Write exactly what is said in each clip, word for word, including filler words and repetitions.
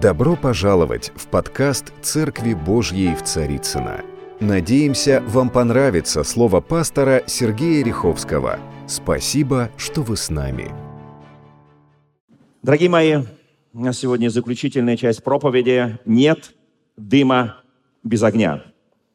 Добро пожаловать в подкаст «Церкви Божьей в Царицыно». Надеемся, вам понравится слово пастора Сергея Риховского. Спасибо, что вы с нами. Дорогие мои, у нас сегодня заключительная часть проповеди «Нет дыма без огня».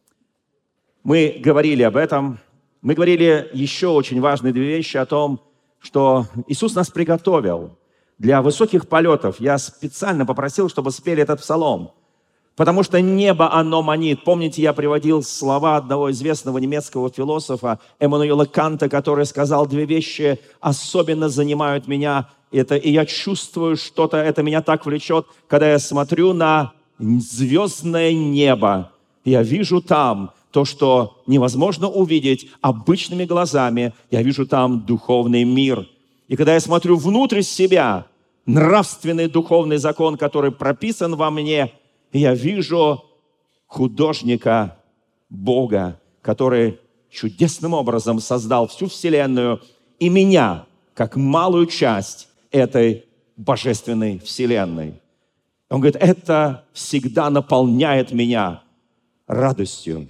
Мы говорили об этом. Мы говорили еще очень важные две вещи о том, что Иисус нас приготовил для высоких полетов. Я специально попросил, чтобы спели этот псалом, потому что небо, оно манит. Помните, я приводил слова одного известного немецкого философа Эммануэла Канта, который сказал, две вещи особенно занимают меня. Это, и я чувствую что-то, это меня так влечет, когда я смотрю на звездное небо. Я вижу там то, что невозможно увидеть обычными глазами. Я вижу там духовный мир. И когда я смотрю внутрь себя, нравственный духовный закон, который прописан во мне, я вижу художника Бога, который чудесным образом создал всю вселенную и меня, как малую часть этой божественной вселенной. Он говорит, это всегда наполняет меня радостью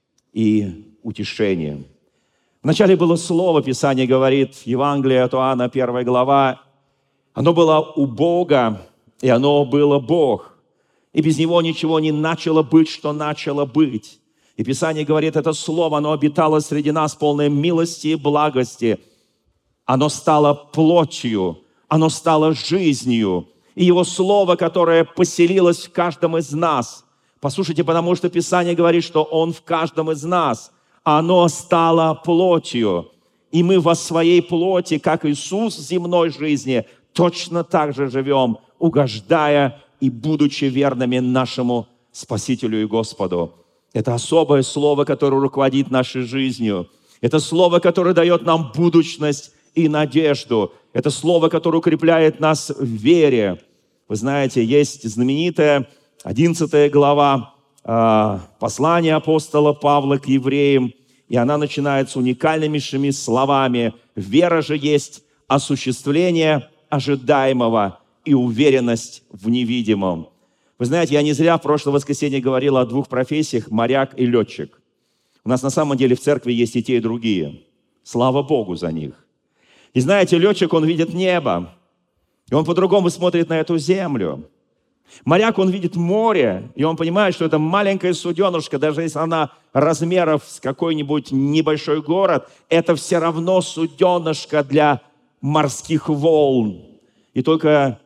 и утешением. Вначале было слово, Писание говорит, Евангелие от Иоанна, первая глава, оно было у Бога, и оно было Бог. И без Него ничего не начало быть, что начало быть. И Писание говорит, это слово, оно обитало среди нас, полное милости и благости. Оно стало плотью, оно стало жизнью. И Его слово, которое поселилось в каждом из нас. Послушайте, потому что Писание говорит, что Он в каждом из нас. Оно стало плотью. И мы во своей плоти, как Иисус в земной жизни, точно так же живем, угождая и будучи верными нашему Спасителю и Господу. Это особое слово, которое руководит нашей жизнью. Это слово, которое дает нам будущность и надежду. Это слово, которое укрепляет нас в вере. Вы знаете, есть знаменитая одиннадцатая глава послание апостола Павла к евреям, и она начинается уникальными словами. «Вера же есть осуществление ожидаемого и уверенность в невидимом». Вы знаете, я не зря в прошлое воскресенье говорил о двух профессиях – моряк и летчик. У нас на самом деле в церкви есть и те, и другие. Слава Богу за них. И знаете, летчик, он видит небо, и он по-другому смотрит на эту землю. Моряк, он видит море, и он понимает, что это маленькая суденышка, даже если она размеров с какой-нибудь небольшой город, это все равно суденышко для морских волн. И только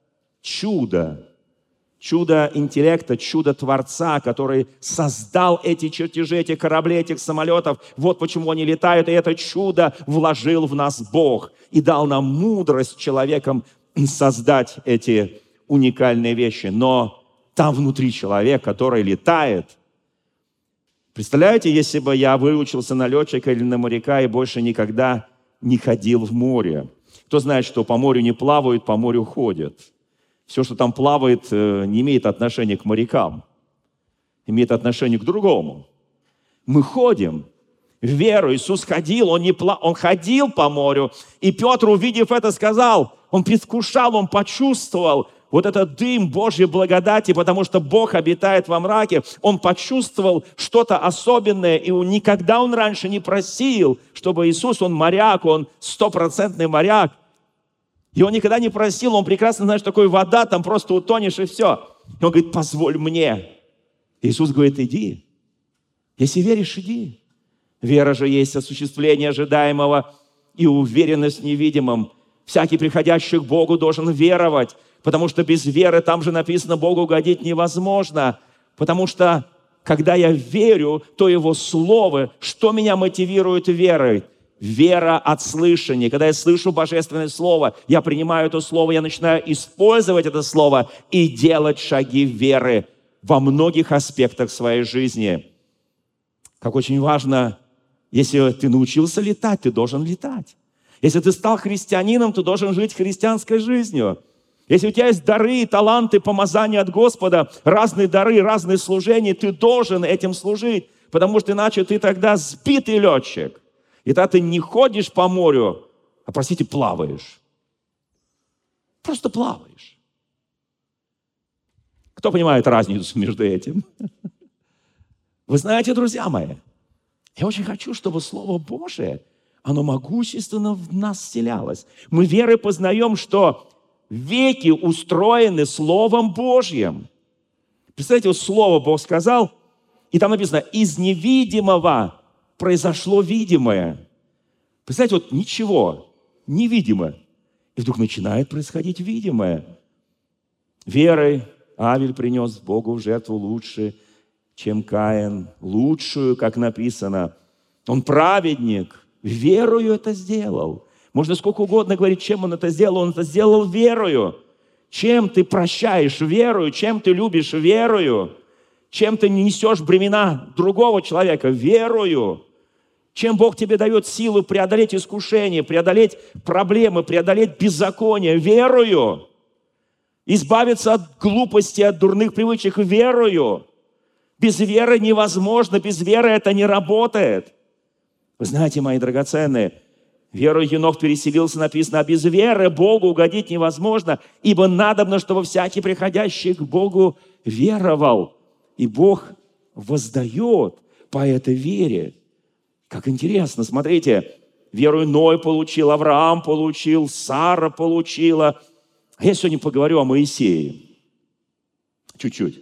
чудо, чудо интеллекта, чудо Творца, который создал эти чертежи, эти корабли, этих самолетов, вот почему они летают, и это чудо вложил в нас Бог и дал нам мудрость человеком создать эти уникальные вещи, но там внутри человек, который летает. Представляете, если бы я выучился на летчика или на моряка и больше никогда не ходил в море? Кто знает, что по морю не плавают, по морю ходят. Все, что там плавает, не имеет отношения к морякам, имеет отношение к другому. Мы ходим в веру. Иисус ходил, Он, не пла... он ходил по морю, и Петр, увидев это, сказал, он предвкушал, он почувствовал вот этот дым Божьей благодати, потому что Бог обитает во мраке. Он почувствовал что-то особенное, и он, никогда он раньше не просил, чтобы Иисус, он моряк, он стопроцентный моряк. И он никогда не просил, он прекрасно знает, что такое вода, там просто утонешь и все. И он говорит, позволь мне. Иисус говорит, иди. Если веришь, иди. Вера же есть осуществление ожидаемого и уверенность в невидимом. Всякий, приходящий к Богу, должен веровать, потому что без веры, там же написано, Богу угодить невозможно. Потому что, когда я верю, то Его Слово, что меня мотивирует верой? Вера от слышания. Когда я слышу Божественное Слово, я принимаю это Слово, я начинаю использовать это Слово и делать шаги веры во многих аспектах своей жизни. Как очень важно, если ты научился летать, ты должен летать. Если ты стал христианином, ты должен жить христианской жизнью. Если у тебя есть дары, таланты, помазания от Господа, разные дары, разные служения, ты должен этим служить, потому что иначе ты тогда сбитый летчик. И тогда ты не ходишь по морю, а, простите, плаваешь. Просто плаваешь. Кто понимает разницу между этим? Вы знаете, друзья мои, я очень хочу, чтобы Слово Божие, оно могущественно в нас вселялось. Мы верой познаем, что веки устроены Словом Божьим. Представляете, вот Слово Бог сказал, и там написано, из невидимого произошло видимое. Представляете, вот ничего, невидимое. И вдруг начинает происходить видимое. Верой Авель принес Богу в жертву лучше, чем Каин, лучшую, как написано. Он праведник, верою это сделал. Можно сколько угодно говорить, чем он это сделал. Он это сделал верою. Чем ты прощаешь верою, чем ты любишь верою, чем ты несешь бремена другого человека верою, чем Бог тебе дает силу преодолеть искушение, преодолеть проблемы, преодолеть беззаконие верою, избавиться от глупости, от дурных привычек верою. Без веры невозможно, без веры это не работает. Вы знаете, мои драгоценные, верою Енох переселился, написано, а без веры Богу угодить невозможно, ибо надобно, чтобы всякий приходящий к Богу веровал. И Бог воздает по этой вере. Как интересно, смотрите, верою Ной получил, Авраам получил, Сара получила. А я сегодня поговорю о Моисее. Чуть-чуть.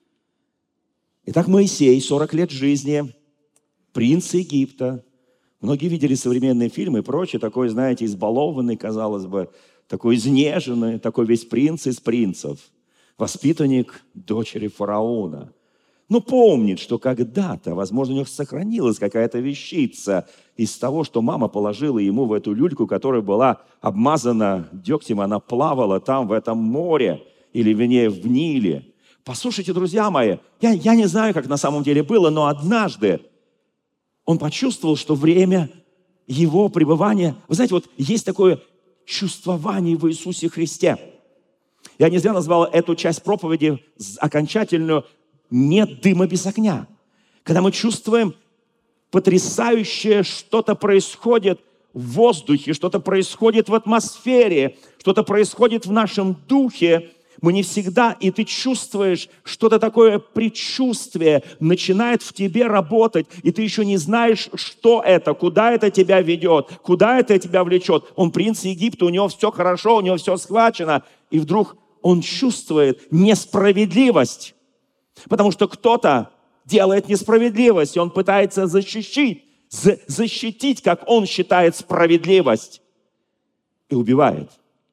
Итак, Моисей, сорок лет жизни, принц Египта. Многие видели современные фильмы и прочее, такой, знаете, избалованный, казалось бы, такой изнеженный, такой весь принц из принцев, воспитанник дочери фараона. Но помнит, что когда-то, возможно, у него сохранилась какая-то вещица из того, что мама положила ему в эту люльку, которая была обмазана дегтем, она плавала там, в этом море, или, вернее, в Ниле. Послушайте, друзья мои, я, я не знаю, как на самом деле было, но однажды он почувствовал, что время его пребывания... Вы знаете, вот есть такое чувствование в Иисусе Христе. Я не зря назвал эту часть проповеди окончательную «Нет дыма без огня». Когда мы чувствуем потрясающее, что-то происходит в воздухе, что-то происходит в атмосфере, что-то происходит в нашем духе, мы не всегда, и ты чувствуешь, что-то такое предчувствие начинает в тебе работать, и ты еще не знаешь, что это, куда это тебя ведет, куда это тебя влечет. Он принц Египта, у него все хорошо, у него все схвачено, и вдруг он чувствует несправедливость, потому что кто-то делает несправедливость, и он пытается защитить, защитить, как он считает, справедливость, и убивает.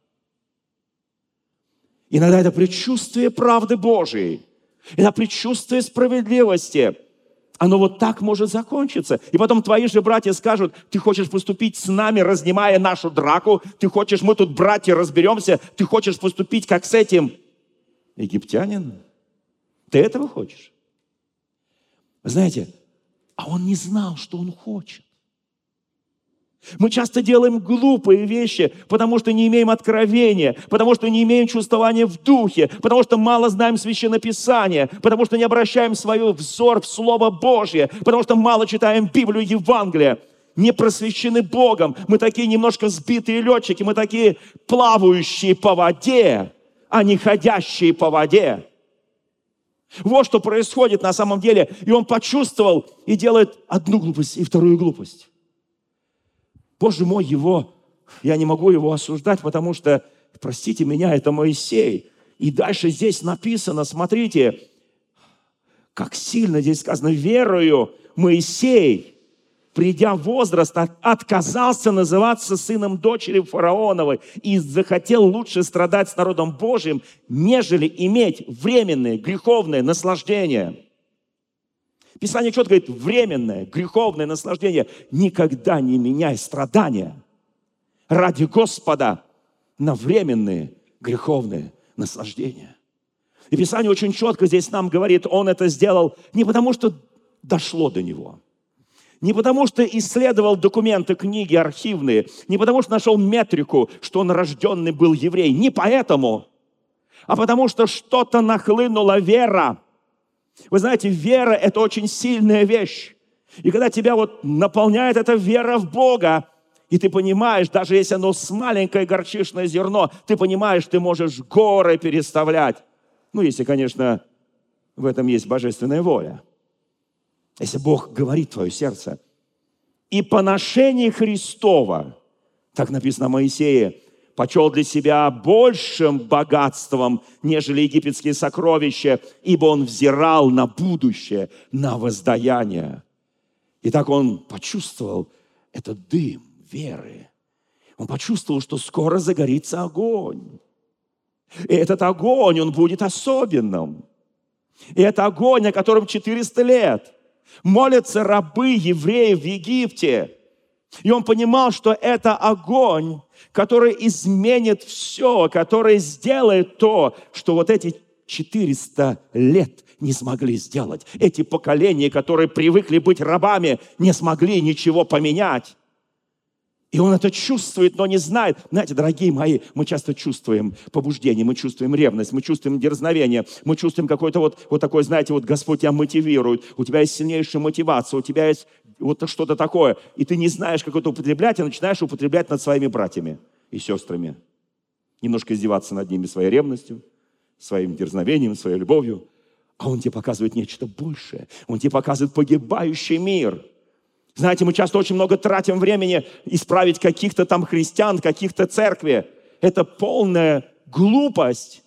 Иногда это предчувствие правды Божией, это предчувствие справедливости. Оно вот так может закончиться. И потом твои же братья скажут, ты хочешь поступить с нами, разнимая нашу драку, ты хочешь, мы тут, братья, разберемся, ты хочешь поступить, как с этим египтянином? Ты этого хочешь? Вы знаете, а он не знал, что он хочет. Мы часто делаем глупые вещи, потому что не имеем откровения, потому что не имеем чувствования в духе, потому что мало знаем Священное Писание, потому что не обращаем свой взор в Слово Божье, потому что мало читаем Библию, Евангелие, не просвещены Богом. Мы такие немножко сбитые летчики, мы такие плавающие по воде, а не ходящие по воде. Вот что происходит на самом деле. И он почувствовал и делает одну глупость и вторую глупость. Боже мой, его, я не могу его осуждать, потому что, простите меня, это Моисей. И дальше здесь написано, смотрите, как сильно здесь сказано, верою Моисей, придя в возраст, отказался называться сыном дочери фараоновой и захотел лучше страдать с народом Божьим, нежели иметь временное греховное наслаждение. Писание четко говорит, временное, греховное наслаждение. Никогда не меняй страдания ради Господа на временные греховные наслаждения. И Писание очень четко здесь нам говорит, он это сделал не потому, что дошло до него, не потому, что исследовал документы, книги архивные, не потому, что нашел метрику, что он рожденный был еврей, не поэтому, а потому, что что-то нахлынула вера. Вы знаете, вера – это очень сильная вещь. И когда тебя вот наполняет эта вера в Бога, и ты понимаешь, даже если оно с маленькое горчичное зерно, ты понимаешь, ты можешь горы переставлять. Ну, если, конечно, в этом есть божественная воля. Если Бог говорит в твое сердце. И поношение Христова, так написано о Моисее, почел для себя большим богатством, нежели египетские сокровища, ибо он взирал на будущее, на воздаяние. И так он почувствовал этот дым веры. Он почувствовал, что скоро загорится огонь. И этот огонь, он будет особенным. И это огонь, о котором четыреста лет молятся рабы евреев в Египте. И он понимал, что это огонь, который изменит все, который сделает то, что вот эти четыреста лет не смогли сделать. Эти поколения, которые привыкли быть рабами, не смогли ничего поменять. И он это чувствует, но не знает. Знаете, дорогие мои, мы часто чувствуем побуждение, мы чувствуем ревность, мы чувствуем дерзновение, мы чувствуем какой-то вот, вот такой, знаете, вот Господь тебя мотивирует, у тебя есть сильнейшая мотивация, у тебя есть вот что-то такое, и ты не знаешь, как это употреблять, и начинаешь употреблять над своими братьями и сестрами. Немножко издеваться над ними своей ревностью, своим дерзновением, своей любовью. А Он тебе показывает нечто большее. Он тебе показывает погибающий мир. Знаете, мы часто очень много тратим времени исправить каких-то там христиан, каких-то церкви. Это полная глупость.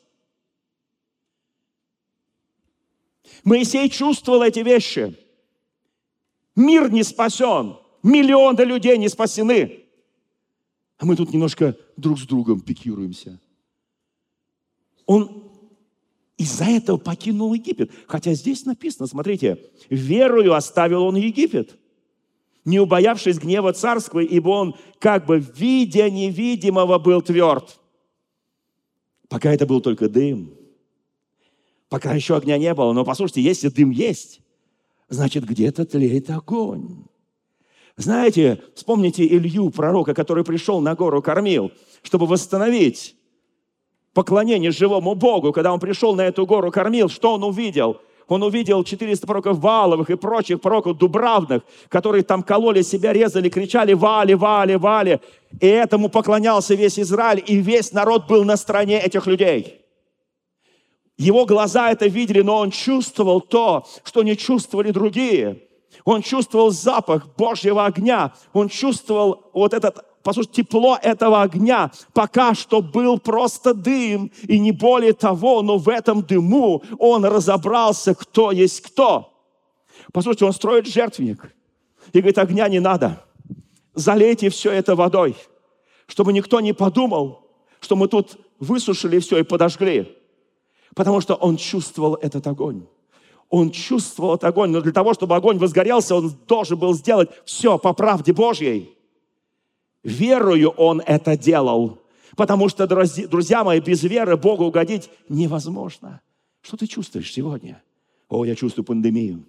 Моисей чувствовал эти вещи. Мир не спасен. Миллионы людей не спасены. А мы тут немножко друг с другом пикируемся. Он из-за этого покинул Египет. Хотя здесь написано, смотрите, верою оставил он Египет, не убоявшись гнева царского, ибо он, как бы видя невидимого, был тверд. Пока это был только дым. Пока еще огня не было. Но послушайте, если дым есть, значит, где-то тлеет огонь. Знаете, вспомните Илью, пророка, который пришел на гору Кормил, чтобы восстановить поклонение живому Богу. Когда он пришел на эту гору Кормил, что он увидел? Он увидел четыреста пророков Вааловых и прочих пророков Дубравных, которые там кололи себя, резали, кричали «Вали, Вали, Вали». И этому поклонялся весь Израиль, и весь народ был на стороне этих людей. Его глаза это видели, но он чувствовал то, что не чувствовали другие. Он чувствовал запах Божьего огня. Он чувствовал вот этот, послушайте, тепло этого огня. Пока что был просто дым, и не более того, но в этом дыму он разобрался, кто есть кто. Послушайте, он строит жертвенник и говорит, огня не надо. Залейте все это водой, чтобы никто не подумал, что мы тут высушили все и подожгли. Потому что он чувствовал этот огонь. Он чувствовал этот огонь, но для того, чтобы огонь возгорелся, он должен был сделать все по правде Божьей. Верою он это делал. Потому что, друзья мои, без веры Богу угодить невозможно. Что ты чувствуешь сегодня? О, я чувствую пандемию.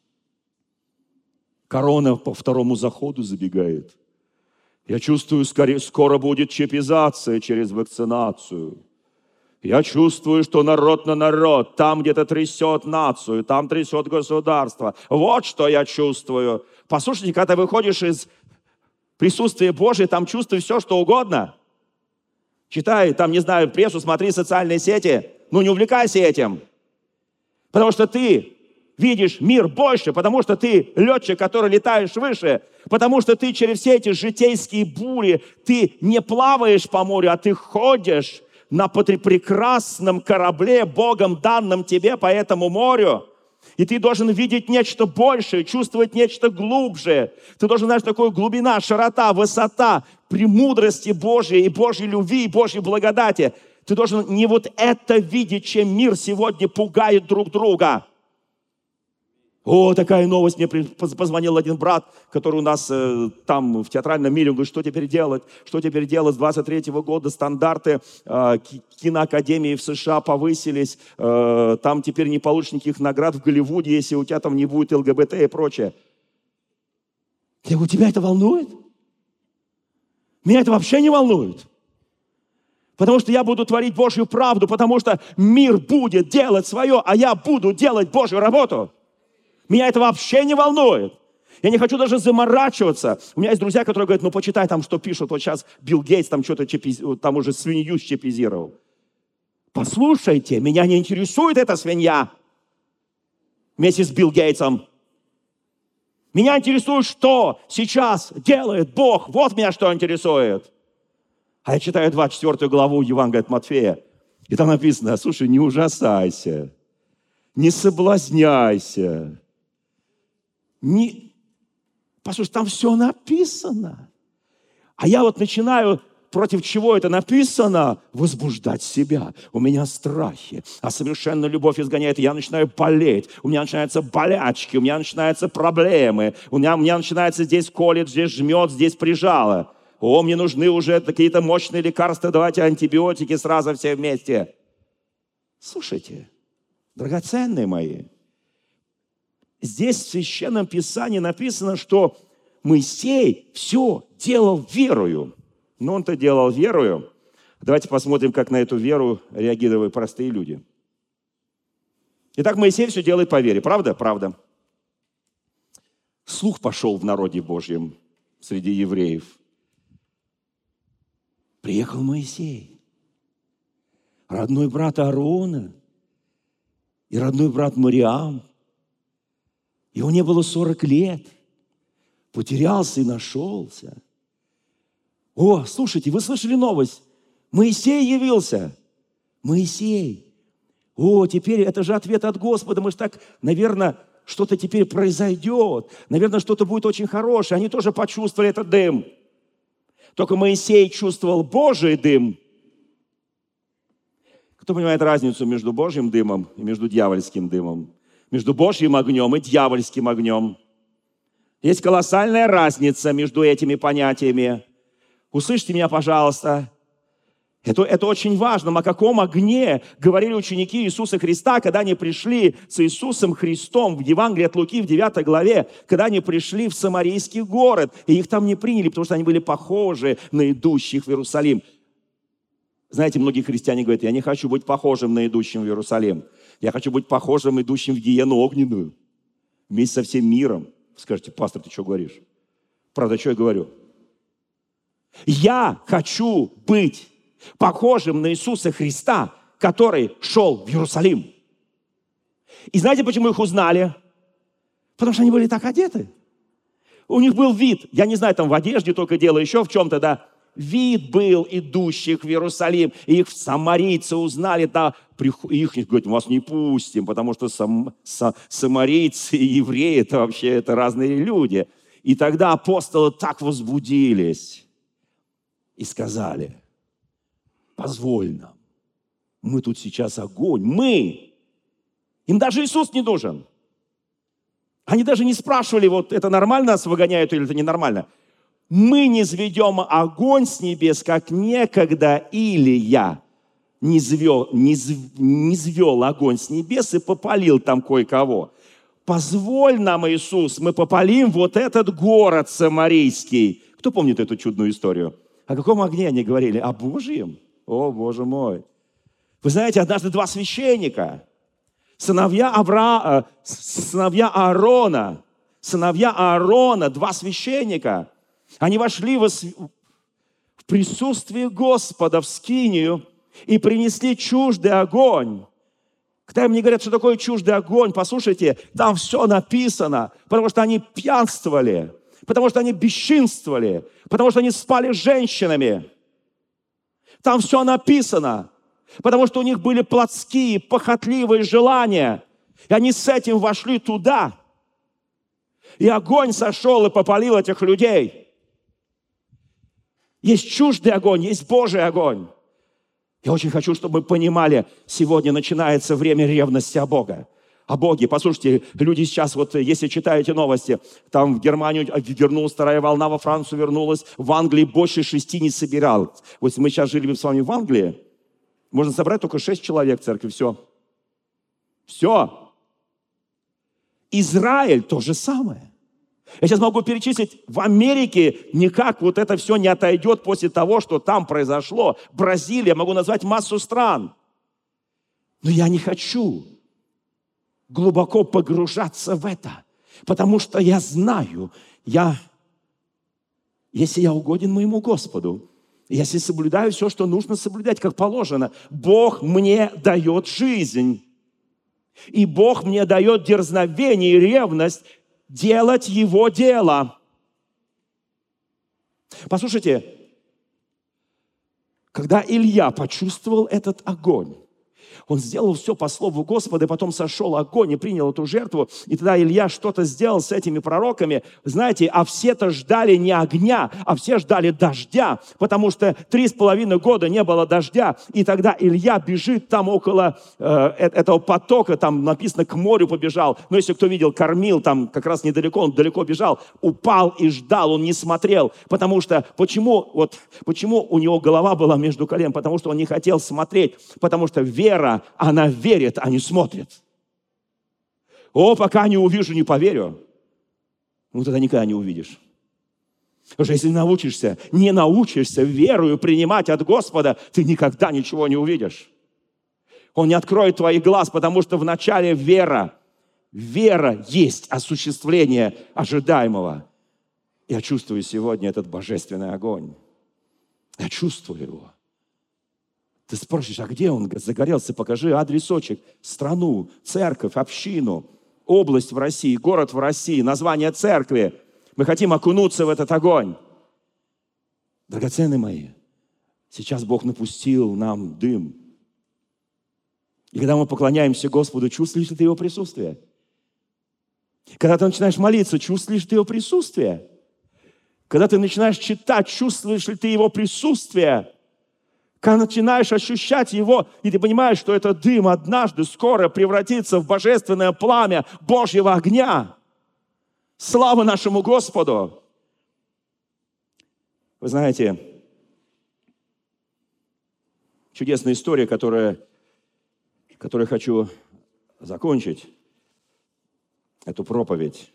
Корона по второму заходу забегает. Я чувствую, скорее, скоро будет чипизация через вакцинацию. Я чувствую, что народ на народ, там где-то трясет нацию, там трясет государство. Вот что я чувствую. Послушайте, когда ты выходишь из присутствия Божия, там чувствуй все, что угодно. Читай, там, не знаю, прессу, смотри социальные сети. Ну, не увлекайся этим. Потому что ты видишь мир больше, потому что ты летчик, который летаешь выше, потому что ты через все эти житейские бури, ты не плаваешь по морю, а ты ходишь на прекрасном корабле, Богом данном тебе по этому морю. И ты должен видеть нечто большее, чувствовать нечто глубже. Ты должен знать, что такое глубина, широта, высота, премудрости Божьей и Божьей любви, и Божьей благодати. Ты должен не вот это видеть, чем мир сегодня пугает друг друга. О, такая новость. Мне позвонил один брат, который у нас э, там в театральном мире. Он говорит, что теперь делать? Что теперь делать? С двадцать третьего года стандарты э, киноакадемии в США повысились. Э, там теперь не получишь никаких наград в Голливуде, если у тебя там не будет ЛГБТ и прочее. Я говорю, тебя это волнует? Меня это вообще не волнует. Потому что я буду творить Божью правду, потому что мир будет делать свое, а я буду делать Божью работу. Меня это вообще не волнует. Я не хочу даже заморачиваться. У меня есть друзья, которые говорят, ну почитай там, что пишут. Вот сейчас Билл Гейтс там что-то чипиз... там уже свинью счипизировал. Послушайте, меня не интересует эта свинья вместе с Билл Гейтсом. Меня интересует, что сейчас делает Бог. Вот меня что интересует. А я читаю двадцать четвёртую главу Евангелия от Матфея. И там написано, слушай, не ужасайся, не соблазняйся. Не... Послушай, там все написано. А я вот начинаю, против чего это написано, возбуждать себя. У меня страхи, а совершенная любовь изгоняет. И я начинаю болеть, у меня начинаются болячки, у меня начинаются проблемы. У меня, у меня начинается здесь колет, здесь жмет, здесь прижало. О, мне нужны уже какие-то мощные лекарства, давайте антибиотики сразу все вместе. Слушайте, драгоценные мои, здесь в Священном Писании написано, что Моисей все делал верою. Но он-то делал верою. Давайте посмотрим, как на эту веру реагировали простые люди. Итак, Моисей все делает по вере. Правда? Правда. Слух пошел в народе Божьем среди евреев. Приехал Моисей, родной брат Аарона и родной брат Мариам. Ему не было сорок лет. Потерялся и нашелся. О, слушайте, вы слышали новость? Моисей явился. Моисей. О, теперь это же ответ от Господа. Мы же так, наверное, что-то теперь произойдет. Наверное, что-то будет очень хорошее. Они тоже почувствовали этот дым. Только Моисей чувствовал Божий дым. Кто понимает разницу между Божьим дымом и между дьявольским дымом? Между Божьим огнем и дьявольским огнем. Есть колоссальная разница между этими понятиями. Услышьте меня, пожалуйста. Это, это очень важно. О каком огне говорили ученики Иисуса Христа, когда они пришли с Иисусом Христом в Евангелии от Луки в девятой главе, когда они пришли в Самарийский город, и их там не приняли, потому что они были похожи на идущих в Иерусалим. Знаете, многие христиане говорят, я не хочу быть похожим на идущим в Иерусалим. Я хочу быть похожим идущим в гиену огненную, вместе со всем миром. Скажете, пастор, ты что говоришь? Правда, что я говорю? Я хочу быть похожим на Иисуса Христа, который шел в Иерусалим. И знаете, почему их узнали? Потому что они были так одеты. У них был вид, я не знаю, там в одежде только дело, еще в чем-то, да. Вид был идущих в Иерусалим. И их самарийцы узнали, да, их, говорят, мы вас не пустим, потому что сам, сам, самарийцы и евреи, это вообще это разные люди. И тогда апостолы так возбудились и сказали, позволь нам, мы тут сейчас огонь, мы. Им даже Иисус не нужен. Они даже не спрашивали, вот это нормально нас выгоняют или это ненормально. Мы низведем огонь с небес, как некогда Илия низвел, низв, низвел огонь с небес и попалил там кое-кого. Позволь нам, Иисус, мы попалим вот этот город самарийский. Кто помнит эту чудную историю? О каком огне они говорили? О Божьем? О, Боже мой! Вы знаете, однажды два священника, сыновья, Авра... сыновья Аарона, сыновья Аарона, два священника, они вошли в присутствие Господа в скинию и принесли чуждый огонь. Когда мне говорят, что такое чуждый огонь, послушайте, там все написано, потому что они пьянствовали, потому что они бесчинствовали, потому что они спали с женщинами. Там все написано, потому что у них были плотские, похотливые желания. И они с этим вошли туда. И огонь сошел и попалил этих людей. Есть чуждый огонь, есть Божий огонь. Я очень хочу, чтобы мы понимали, сегодня начинается время ревности о Боге. О Боге. Послушайте, люди сейчас, вот если читаете новости, там в Германию вернулась вторая волна, во Францию вернулась, в Англии больше шести не собирал. Вот мы сейчас жили с вами в Англии, можно собрать только шесть человек в церкви, все. Все. Израиль то же самое. Я сейчас могу перечислить, в Америке никак вот это все не отойдет после того, что там произошло. Бразилия, могу назвать массу стран. Но я не хочу глубоко погружаться в это, потому что я знаю, я, если я угоден моему Господу, Если соблюдаю все, что нужно соблюдать, как положено, Бог мне дает жизнь. И Бог мне дает дерзновение и ревность делать Его дело. Послушайте, когда Илья почувствовал этот огонь, он сделал все по слову Господа, и потом сошел огонь и принял эту жертву. И тогда Илья что-то сделал с этими пророками. Знаете, а все-то ждали не огня, а все ждали дождя, потому что три с половиной года не было дождя. И тогда Илья бежит там около э, этого потока, там написано, к морю побежал. Но если кто видел, кормил там как раз недалеко, он далеко бежал, упал и ждал, он не смотрел. Потому что, почему, вот, почему у него голова была между колен? Потому что он не хотел смотреть, потому что вера, она верит, а не смотрит. О, пока не увижу, не поверю. Ну, тогда никогда не увидишь. Потому что если научишься, не научишься верою принимать от Господа, ты никогда ничего не увидишь. Он не откроет твоих глаз, потому что вначале вера. Вера есть осуществление ожидаемого. Я чувствую сегодня этот божественный огонь. Я чувствую его. Ты спросишь, а где он загорелся? Покажи адресочек, страну, церковь, общину, область в России, город в России, название церкви. Мы хотим окунуться в этот огонь. Драгоценные мои, сейчас Бог напустил нам дым. И когда мы поклоняемся Господу, чувствуешь ли ты Его присутствие? Когда ты начинаешь молиться, чувствуешь ли ты Его присутствие? Когда ты начинаешь читать, чувствуешь ли ты Его присутствие? Когда начинаешь ощущать Его, и ты понимаешь, что этот дым однажды скоро превратится в божественное пламя Божьего огня. Слава нашему Господу! Вы знаете, чудесная история, которая, которую я хочу закончить, эту проповедь.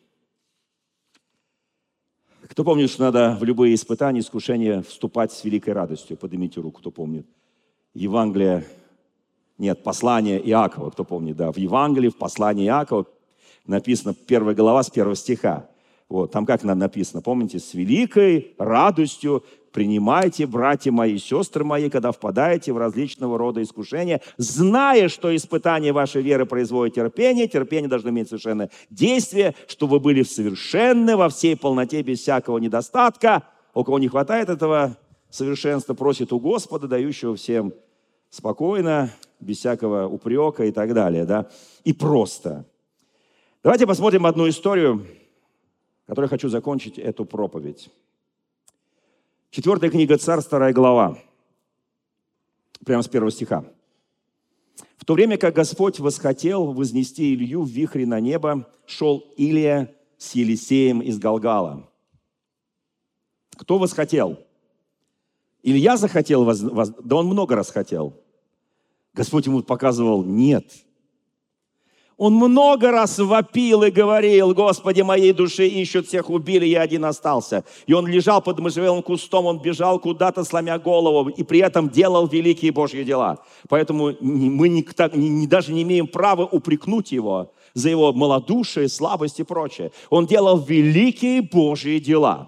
Кто помнит, что надо в любые испытания, искушения вступать с великой радостью? Поднимите руку, кто помнит. Евангелие, нет, послание Иакова, кто помнит, да. В Евангелии, в послании Иакова написано первая глава с первого стиха. Вот, там как написано, помните? «С великой радостью принимайте, братья мои, сестры мои, когда впадаете в различного рода искушения, зная, что испытание вашей веры производит терпение, терпение должно иметь совершенное действие, чтобы вы были совершенны во всей полноте, без всякого недостатка». У кого не хватает этого совершенства, просит у Господа, дающего всем спокойно, без всякого упрека и так далее. Да? И просто. Давайте посмотрим одну историю, которой хочу закончить эту проповедь. Четвертая книга Царств, вторая глава, прямо с первого стиха. «В то время как Господь восхотел вознести Илью в вихре на небо, шел Илия с Елисеем из Галгала». Кто восхотел? Илья захотел, воз... Воз... да он много раз хотел. Господь ему показывал: нет. Он много раз вопил и говорил: «Господи, моей души ищут, всех убили, я один остался». И он лежал под можжевелым кустом, он бежал куда-то, сломя голову, и при этом делал великие Божьи дела. Поэтому мы никто, даже не имеем права упрекнуть его за его малодушие, слабость и прочее. Он делал великие Божьи дела.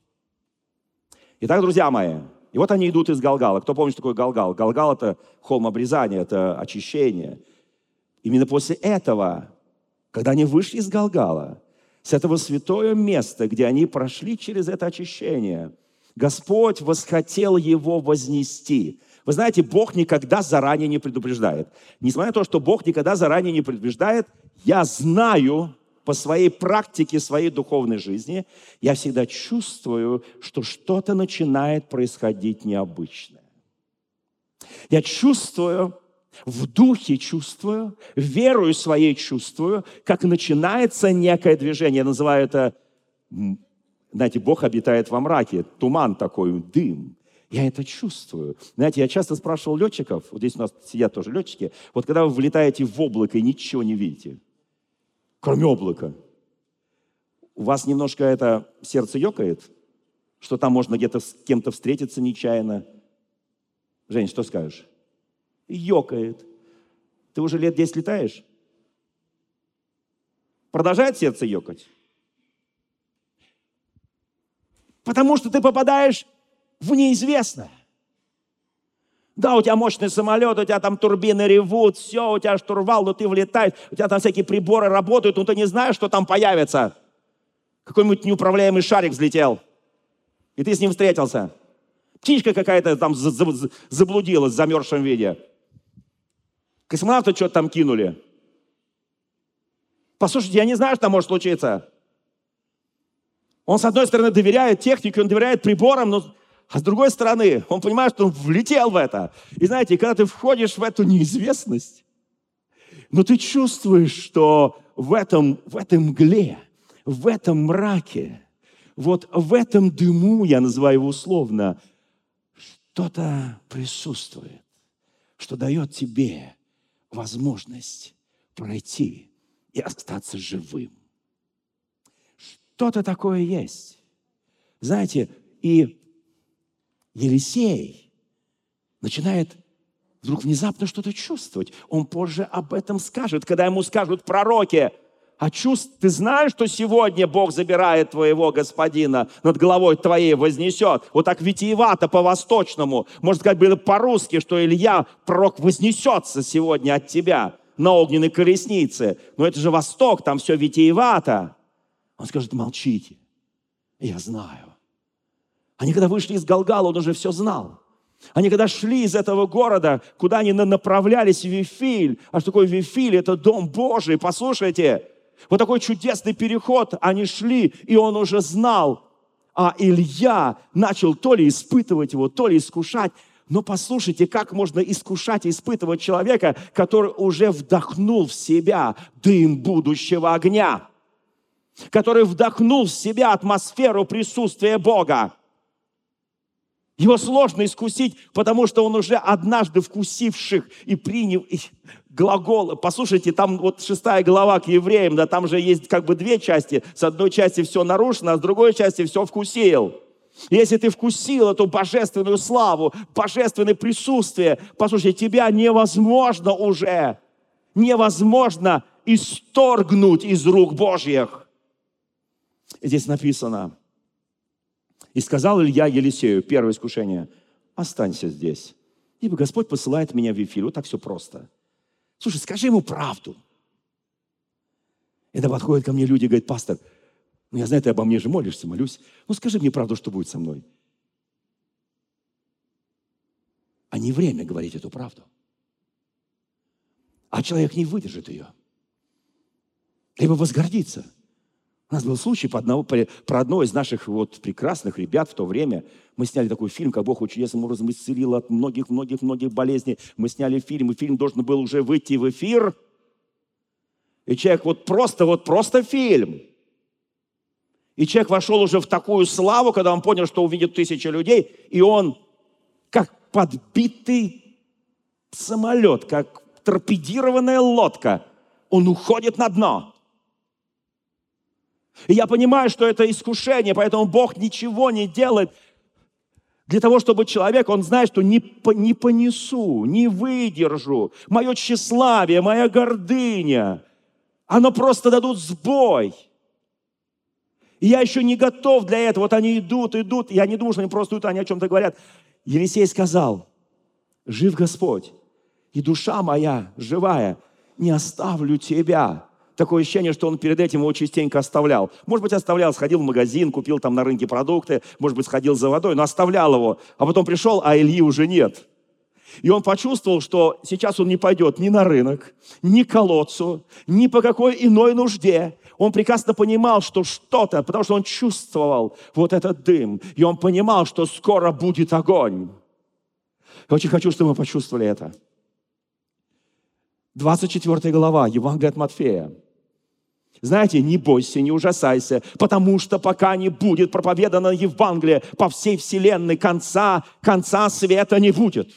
Итак, друзья мои, и вот они идут из Галгала. Кто помнит, что такое Галгал? Галгал – это холм обрезания, это очищение. Именно после этого, когда они вышли из Галгала, с этого святое места, где они прошли через это очищение, Господь восхотел его вознести. Вы знаете, Бог никогда заранее не предупреждает. Несмотря на то, что Бог никогда заранее не предупреждает, я знаю по своей практике, своей духовной жизни, я всегда чувствую, что что-то начинает происходить необычное. Я чувствую, в духе чувствую, верою своей чувствую, как начинается некое движение. Я называю это, знаете, Бог обитает во мраке, туман такой, дым. Я это чувствую. Знаете, я часто спрашивал летчиков, вот здесь у нас сидят тоже летчики, вот когда вы влетаете в облако и ничего не видите, кроме облака, у вас немножко это сердце ёкает, что там можно где-то с кем-то встретиться нечаянно. Жень, что скажешь? Ёкает. Ты уже лет десять летаешь? Продолжает сердце ёкать? Потому что ты попадаешь в неизвестное. Да, у тебя мощный самолет, у тебя там турбины ревут, все, у тебя штурвал, но ты влетаешь, у тебя там всякие приборы работают, но ты не знаешь, что там появится. Какой-нибудь неуправляемый шарик взлетел, и ты с ним встретился. Птичка какая-то там заблудилась в замерзшем виде. Космонавты что-то там кинули. Послушайте, я не знаю, что там может случиться. Он, с одной стороны, доверяет технике, он доверяет приборам, но... а с другой стороны, он понимает, что он влетел в это. И знаете, когда ты входишь в эту неизвестность, но ты чувствуешь, что в этом, в этом мгле, в этом мраке, вот в этом дыму, я называю его условно, что-то присутствует, что дает тебе возможность пройти и остаться живым. Что-то такое есть. Знаете, и Елисей начинает вдруг внезапно что-то чувствовать. Он позже об этом скажет, когда ему скажут пророки: а чувств, ты знаешь, что сегодня Бог забирает твоего господина, над головой твоей вознесет? Вот так витиевато по-восточному. Можно сказать было по-русски, что Илья, пророк, вознесется сегодня от тебя на огненной колеснице. Но это же Восток, там все витиевато. Он скажет: молчите, я знаю. Они когда вышли из Галгала, он уже все знал. Они когда шли из этого города, куда они направлялись, в Вифиль. А что такое Вифиль? Это Дом Божий. Послушайте, вот такой чудесный переход. Они шли, и он уже знал. А Илья начал то ли испытывать его, то ли искушать. Но послушайте, как можно искушать и испытывать человека, который уже вдохнул в себя дым будущего огня, который вдохнул в себя атмосферу присутствия Бога. Его сложно искусить, потому что он уже однажды вкусивших и приняв глагол. Послушайте, там вот шестая глава к евреям, да, там же есть как бы две части. С одной части все нарушено, а с другой части все вкусил. Если ты вкусил эту божественную славу, божественное присутствие, послушайте, тебя невозможно уже, невозможно исторгнуть из рук Божьих. Здесь написано: и сказал Илья Елисею, первое искушение: останься здесь, ибо Господь посылает меня в Вифиль. Вот так все просто. Слушай, скажи ему правду. Это подходят ко мне люди и говорят: пастор, ну я знаю, ты обо мне же молишься, молюсь. Ну скажи мне правду, что будет со мной. А не время говорить эту правду. А человек не выдержит ее. Либо возгордится. У нас был случай по одного, про одного из наших вот прекрасных ребят в то время. Мы сняли такой фильм, как Бог его чудесным образом исцелил от многих-многих-многих болезней. Мы сняли фильм, и фильм должен был уже выйти в эфир. И человек вот просто, вот просто фильм. И человек вошел уже в такую славу, когда он понял, что увидит тысячи людей, и он, как подбитый самолет, как торпедированная лодка, он уходит на дно. И я понимаю, что это искушение, поэтому Бог ничего не делает для того, чтобы человек, он знает, что не, не понесу, не выдержу. Мое тщеславие, моя гордыня, оно просто дадут сбой. И я еще не готов для этого. Вот они идут, идут. Я не думаю, что они просто идут, они о чем-то говорят. Елисей сказал: жив Господь, и душа моя живая, не оставлю тебя. Такое ощущение, что он перед этим его частенько оставлял. Может быть, оставлял, сходил в магазин, купил там на рынке продукты, может быть, сходил за водой, но оставлял его. А потом пришел, а Ильи уже нет. И он почувствовал, что сейчас он не пойдет ни на рынок, ни к колодцу, ни по какой иной нужде. Он прекрасно понимал, что что-то, потому что он чувствовал вот этот дым. И он понимал, что скоро будет огонь. Я очень хочу, чтобы мы почувствовали это. двадцать четвёртая глава, Евангелие от Матфея. Знаете, не бойся, не ужасайся, потому что пока не будет проповедано Евангелие по всей вселенной, конца, конца света не будет.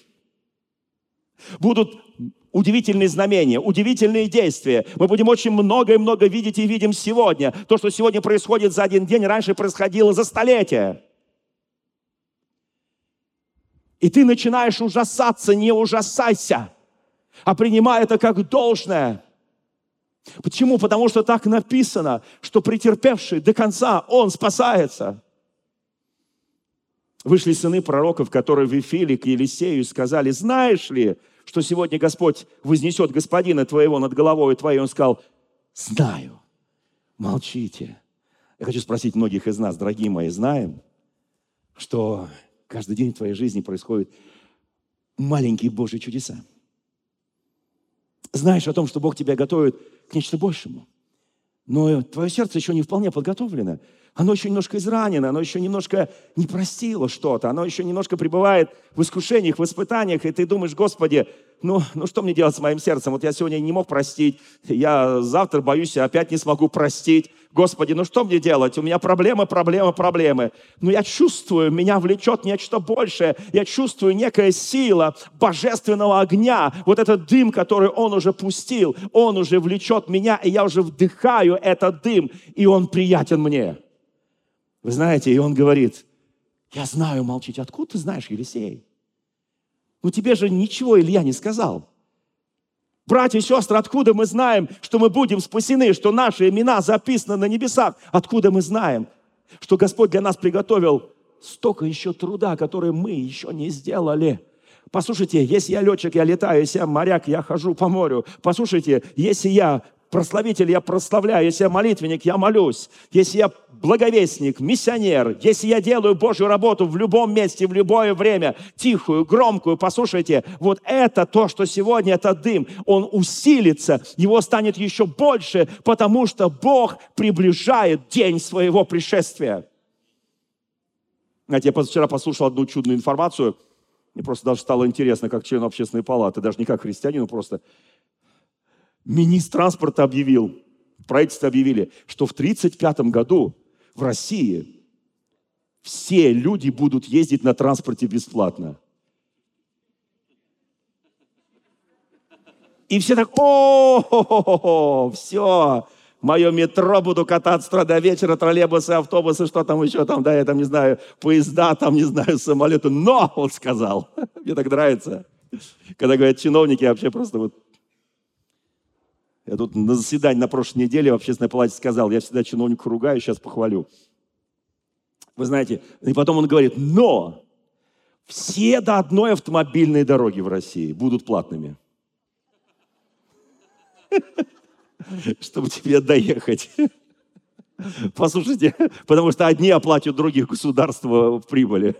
Будут удивительные знамения, удивительные действия. Мы будем очень много и много видеть и видим сегодня. То, что сегодня происходит за один день, раньше происходило за столетия. И ты начинаешь ужасаться, не ужасайся, а принимай это как должное. Почему? Потому что так написано, что претерпевший до конца, он спасается. Вышли сыны пророков, которые в Вифиле к Елисею, и сказали: знаешь ли, что сегодня Господь вознесет господина твоего над головой твоей? Он сказал: знаю, молчите. Я хочу спросить многих из нас, дорогие мои, знаем, что каждый день в твоей жизни происходят маленькие Божьи чудеса? Знаешь о том, что Бог тебя готовит к нечто большему, но твое сердце еще не вполне подготовлено. Оно еще немножко изранено, оно еще немножко не простило что-то, оно еще немножко пребывает в искушениях, в испытаниях, и ты думаешь: Господи, ну, ну что мне делать с моим сердцем? Вот я сегодня не мог простить, я завтра, боюсь, опять не смогу простить. Господи, ну что мне делать? У меня проблемы, проблемы, проблемы. Но я чувствую, меня влечет нечто большее. Я чувствую некая сила божественного огня. Вот этот дым, который Он уже пустил, Он уже влечет меня, и я уже вдыхаю этот дым, и он приятен мне. Вы знаете, и он говорит: я знаю, молчите. Откуда ты знаешь, Елисей? Ну тебе же ничего Илья не сказал. Братья и сестры, откуда мы знаем, что мы будем спасены, что наши имена записаны на небесах? Откуда мы знаем, что Господь для нас приготовил столько еще труда, который мы еще не сделали? Послушайте, если я летчик, я летаю, если я моряк, я хожу по морю. Послушайте, если я прославитель, я прославляю, если я молитвенник, я молюсь. Если я благовестник, миссионер, если я делаю Божью работу в любом месте, в любое время, тихую, громкую, послушайте, вот это то, что сегодня этот дым, он усилится, его станет еще больше, потому что Бог приближает день своего пришествия. Знаете, я позавчера послушал одну чудную информацию, мне просто даже стало интересно, как члену общественной палаты, даже не как христианину, просто министр транспорта объявил, правительство объявили, что в тридцать пятом году в России все люди будут ездить на транспорте бесплатно. И все так: о, все, мое метро буду кататься с утра до вечера, троллейбусы, автобусы, что там еще там, да, я там не знаю, поезда, там не знаю, самолеты. Но, он сказал, мне так нравится, когда говорят чиновники, я вообще просто вот... Я тут на заседании на прошлой неделе в общественной палате сказал, я всегда чиновника ругаю, сейчас похвалю. Вы знаете, и потом он говорит: но все до одной автомобильные дороги в России будут платными. Чтобы тебе доехать. Послушайте, потому что одни оплачивают других государства в прибыли.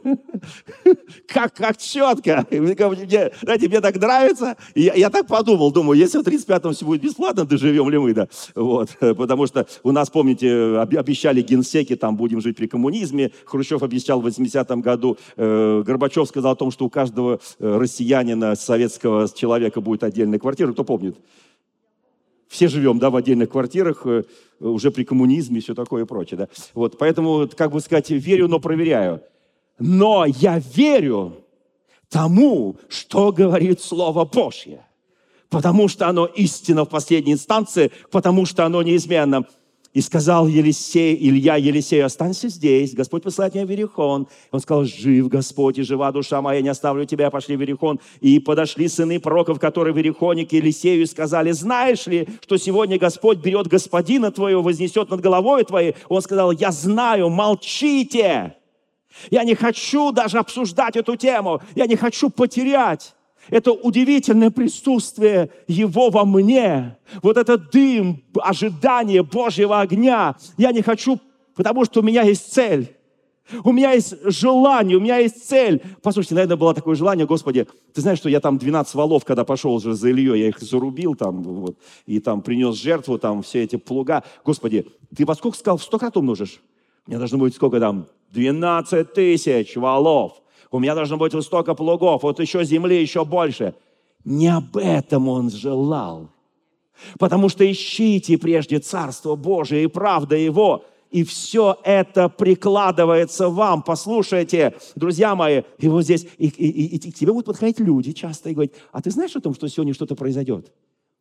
Как, как четко. Мне, знаете, мне так нравится. Я, я так подумал, думаю, если в тридцать пятом все будет бесплатно, доживем ли мы, да? Вот. Потому что у нас, помните, обещали генсеки, там будем жить при коммунизме. Хрущев обещал в восьмидесятом году. Горбачев сказал о том, что у каждого россиянина, советского человека будет отдельная квартира. Кто помнит? Все живем, да, в отдельных квартирах, уже при коммунизме и все такое и прочее, да. Вот, поэтому, как бы сказать, верю, но проверяю. Но я верю тому, что говорит Слово Божье. Потому что оно истина в последней инстанции, потому что оно неизменно. И сказал Елисей, Илья Елисею: останься здесь, Господь посылает меня в Иерихон. Он сказал: жив Господь и жива душа моя, не оставлю тебя. Пошли в Иерихон. И подошли сыны пророков, которые в Иерихоне, к Елисею, и сказали: знаешь ли, что сегодня Господь берет господина твоего, вознесет над головой твоей? Он сказал: я знаю, молчите. Я не хочу даже обсуждать эту тему. Я не хочу потерять это удивительное присутствие Его во мне. Вот этот дым, ожидание Божьего огня. Я не хочу, потому что у меня есть цель. У меня есть желание, у меня есть цель. Послушайте, наверное, было такое желание: Господи, ты знаешь, что я там двенадцать валов, когда пошел уже за Ильей, я их зарубил там, вот, и там принес жертву, там все эти плуга. Господи, ты во сколько сказал, в сто крат умножишь? Мне должно быть сколько там? двенадцать тысяч валов. У меня должно быть вот столько плугов, вот еще земли, еще больше. Не об этом он желал. Потому что ищите прежде Царство Божие и правда Его, и все это прикладывается вам. Послушайте, друзья мои, и вот здесь, и, и, и, и к тебе будут подходить люди часто и говорить: а ты знаешь о том, что сегодня что-то произойдет?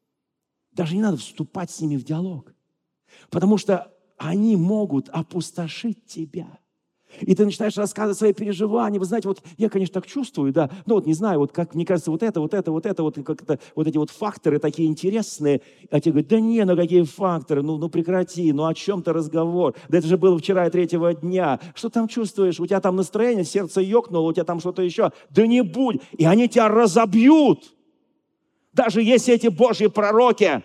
Даже не надо вступать с ними в диалог, потому что они могут опустошить тебя. И ты начинаешь рассказывать свои переживания. Вы знаете, вот я, конечно, так чувствую, да, но вот не знаю, вот как, мне кажется, вот это, вот это, вот это, вот, как это, вот эти вот факторы такие интересные. А тебе говорят, да не, ну какие факторы, ну, ну прекрати, ну о чем ты разговор? Да это же было вчера и третьего дня. Что там чувствуешь? У тебя там настроение, сердце ёкнуло, у тебя там что-то еще. Да не будь. И они тебя разобьют. Даже если эти Божьи пророки.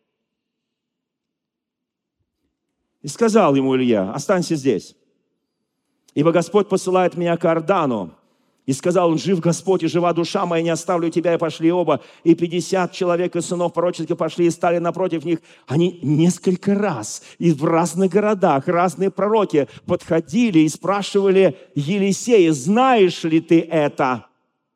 И сказал ему Илья, останься здесь. Ибо Господь посылает меня к Иордану. И сказал он, жив Господь и жива душа моя, не оставлю тебя. И пошли оба. И пятьдесят человек из сынов пророческих пошли и стали напротив них. Они несколько раз и в разных городах разные пророки подходили и спрашивали Елисея, знаешь ли ты это?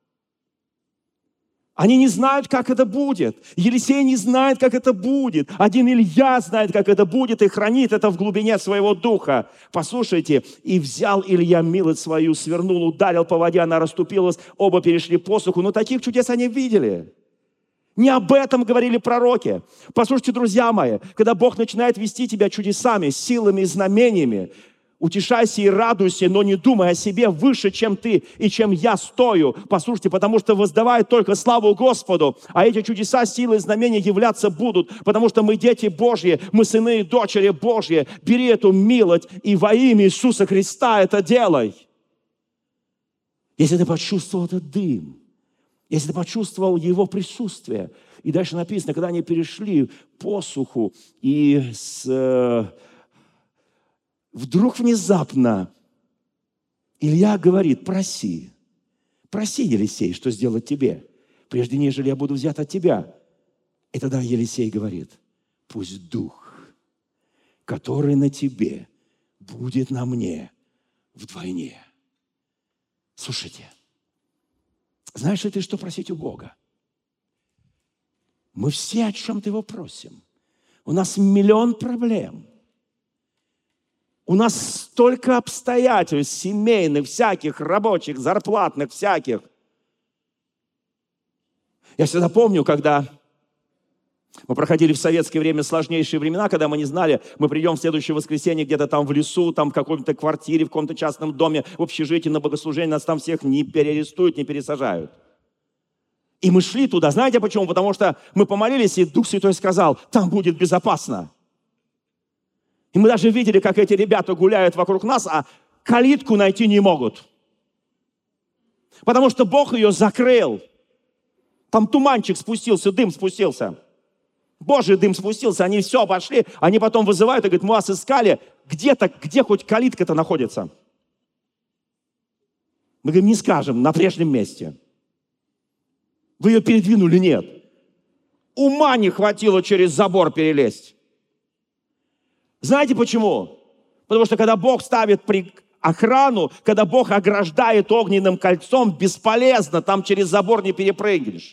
Они не знают, как это будет. Елисей не знает, как это будет. Один Илья знает, как это будет, и хранит это в глубине своего духа. Послушайте, и взял Илья милость свою, свернул, ударил по воде, она расступилась, оба перешли посуху. Но таких чудес они видели. Не об этом говорили пророки. Послушайте, друзья мои, когда Бог начинает вести тебя чудесами, силами и знамениями, утешайся и радуйся, но не думай о себе выше, чем ты и чем я стою. Послушайте, потому что воздавает только славу Господу, а эти чудеса, силы и знамения являться будут, потому что мы дети Божьи, мы сыны и дочери Божьи. Бери эту милость и во имя Иисуса Христа это делай. Если ты почувствовал этот дым, если ты почувствовал Его присутствие, и дальше написано, когда они перешли посуху и с... Вдруг внезапно Илья говорит, проси, проси, Елисей, что сделать тебе, прежде нежели я буду взят от тебя. И тогда Елисей говорит, пусть дух, который на тебе, будет на мне вдвойне. Слушайте, знаешь ли ты, что просить у Бога? Мы все о чем-то Его просим. У нас миллион проблем. У нас столько обстоятельств семейных, всяких, рабочих, зарплатных, всяких. Я всегда помню, когда мы проходили в советское время сложнейшие времена, когда мы не знали, мы придем в следующее воскресенье где-то там в лесу, там в какой-то квартире, в каком-то частном доме, в общежитии, на богослужение, нас там всех не переарестуют, не пересажают. И мы шли туда. Знаете почему? Потому что мы помолились, и Дух Святой сказал, там будет безопасно. И мы даже видели, как эти ребята гуляют вокруг нас, а калитку найти не могут. Потому что Бог ее закрыл. Там туманчик спустился, дым спустился. Божий дым спустился, они все обошли, они потом вызывают и говорят, мы вас искали, где-то, где хоть калитка-то находится? Мы говорим, не скажем, на прежнем месте. Вы ее передвинули? Нет. Ума не хватило через забор перелезть. Знаете почему? Потому что когда Бог ставит при охрану, когда Бог ограждает огненным кольцом, бесполезно, там через забор не перепрыгнешь.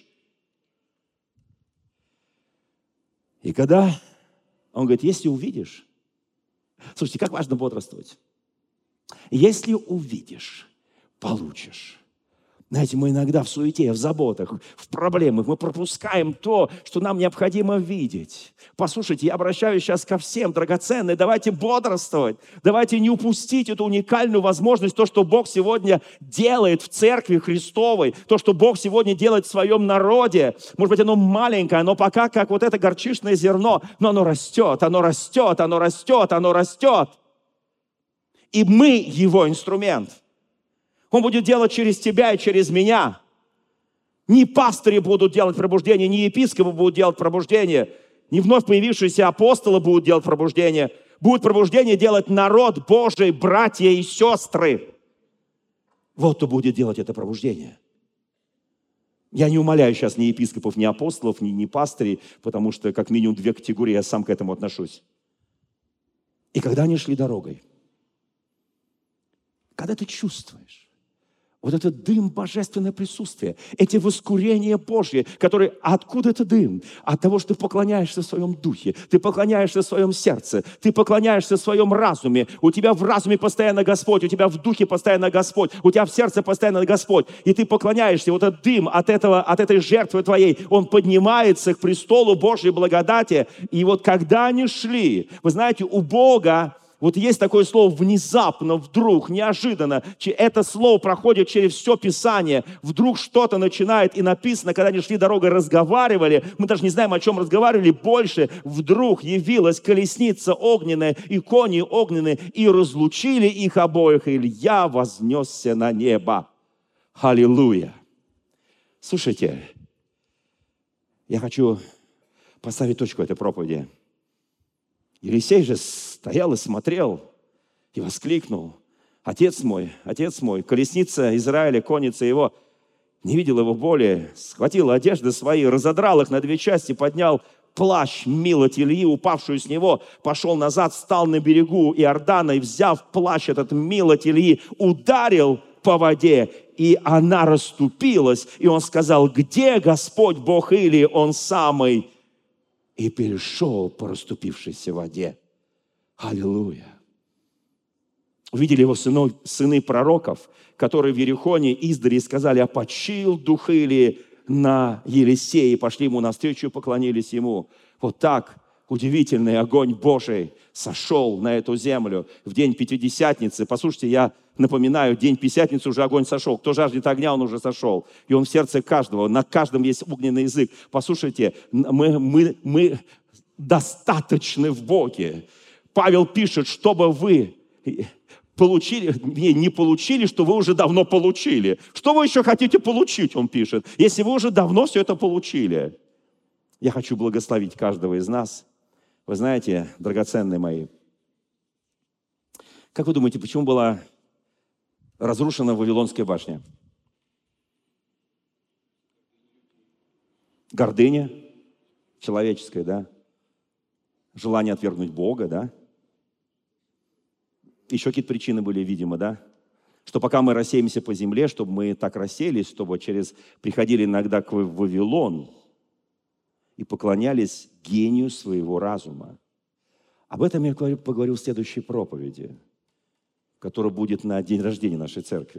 И когда он говорит, если увидишь, слушайте, как важно бодрствовать. Если увидишь, получишь. Знаете, мы иногда в суете, в заботах, в проблемах, мы пропускаем то, что нам необходимо видеть. Послушайте, я обращаюсь сейчас ко всем, драгоценные, давайте бодрствовать, давайте не упустить эту уникальную возможность, то, что Бог сегодня делает в Церкви Христовой, то, что Бог сегодня делает в своем народе. Может быть, оно маленькое, оно пока как вот это горчичное зерно, но оно растет, оно растет, оно растет, оно растет. И мы его инструмент. Он будет делать через тебя и через меня. Не пастыри будут делать пробуждение, не епископы будут делать пробуждение, не вновь появившиеся апостолы будут делать пробуждение. Будет пробуждение делать народ Божий, братья и сестры. Вот кто будет делать это пробуждение. Я не умоляю сейчас ни епископов, ни апостолов, ни, ни пастырей, потому что как минимум две категории я сам к этому отношусь. И когда они шли дорогой, когда ты чувствуешь, вот этот дым божественное присутствие, эти воскурения Божьи, которые... А откуда это дым? От того, что ты поклоняешься в своем духе, ты поклоняешься в своем сердце, ты поклоняешься в своем разуме. У тебя в разуме постоянно Господь, у тебя в духе постоянно Господь, у тебя в сердце постоянно Господь. И ты поклоняешься. Вот этот дым от, этого, от этой жертвы твоей, он поднимается к престолу Божьей благодати. И вот когда они шли, вы знаете, у Бога Вот есть такое слово «внезапно», «вдруг», «неожиданно». Это слово проходит через все Писание. Вдруг что-то начинает, и написано, когда они шли дорогой, разговаривали, мы даже не знаем, о чем разговаривали больше, вдруг явилась колесница огненная и кони огненные, и разлучили их обоих, и Илья вознесся на небо. Аллилуйя! Слушайте, я хочу поставить точку этой проповеди. Елисей же стоял и смотрел, и воскликнул: «Отец мой, отец мой!» Колесница Израиля, конница его, не видел его боли, схватил одежды свои, разодрал их на две части, поднял плащ милоть Ильи, упавшую с него, пошел назад, встал на берегу Иордана и, взяв плащ этот милоть Ильи, ударил по воде, и она расступилась, и он сказал: «Где Господь Бог Илии, Он самый?» И перешел по расступившейся воде. Аллилуйя! Увидели его сыны, сыны пророков, которые в Иерихоне издали и сказали: «А почил дух Илии на Елисее», и пошли ему навстречу и поклонились ему. Вот так удивительный огонь Божий сошел на эту землю в день Пятидесятницы. Послушайте, я напоминаю, день Пятидесятницы уже огонь сошел. Кто жаждет огня, он уже сошел. И он в сердце каждого, на каждом есть огненный язык. Послушайте, мы, мы, мы достаточны в Боге. Павел пишет, чтобы вы получили, не получили, что вы уже давно получили. Что вы еще хотите получить, он пишет, если вы уже давно все это получили. Я хочу благословить каждого из нас. Вы знаете, драгоценные мои, как вы думаете, почему была разрушена Вавилонская башня? Гордыня человеческая, да? Желание отвергнуть Бога, да? Еще какие-то причины были, видимо, да? Что пока мы рассеемся по земле, чтобы мы так расселись, чтобы через приходили иногда к Вавилон и поклонялись гению своего разума. Об этом я поговорю в следующей проповеди, которая будет на день рождения нашей церкви.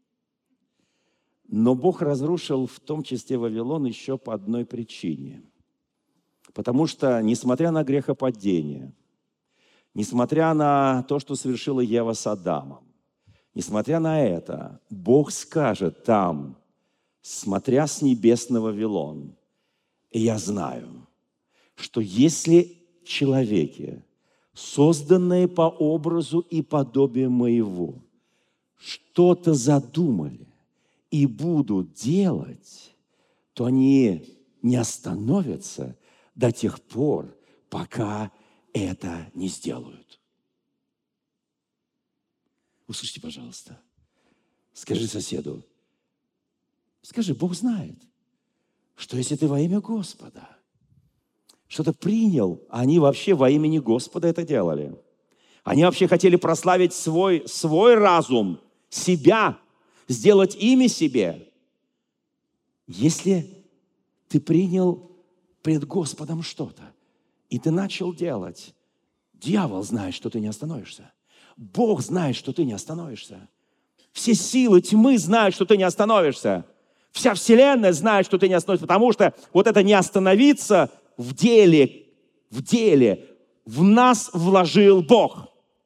Но Бог разрушил в том числе Вавилон еще по одной причине. Потому что, несмотря на грехопадение, несмотря на то, что совершила Ева с Адамом, несмотря на это, Бог скажет там, смотря с небес на Вавилон: «И я знаю, что если человеки, созданные по образу и подобию моего, что-то задумали и будут делать, то они не остановятся до тех пор, пока это не сделают». Услышьте, пожалуйста. Скажи соседу, скажи: Бог знает, что если ты во имя Господа что-то принял, а они вообще во имени Господа это делали. Они вообще хотели прославить свой, свой разум, себя, сделать имя себе. Если ты принял пред Господом что-то, и ты начал делать, дьявол знает, что ты не остановишься. Бог знает, что ты не остановишься. Все силы тьмы знают, что ты не остановишься. Вся вселенная знает, что ты не остановишься, потому что вот это не остановиться в деле, в деле в нас вложил Бог.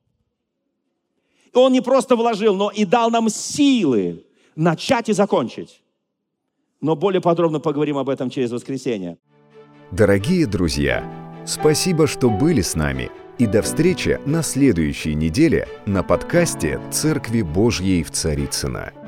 И Он не просто вложил, но и дал нам силы начать и закончить. Но более подробно поговорим об этом через воскресенье. Дорогие друзья, спасибо, что были с нами. И до встречи на следующей неделе на подкасте «Церкви Божьей в Царицыно».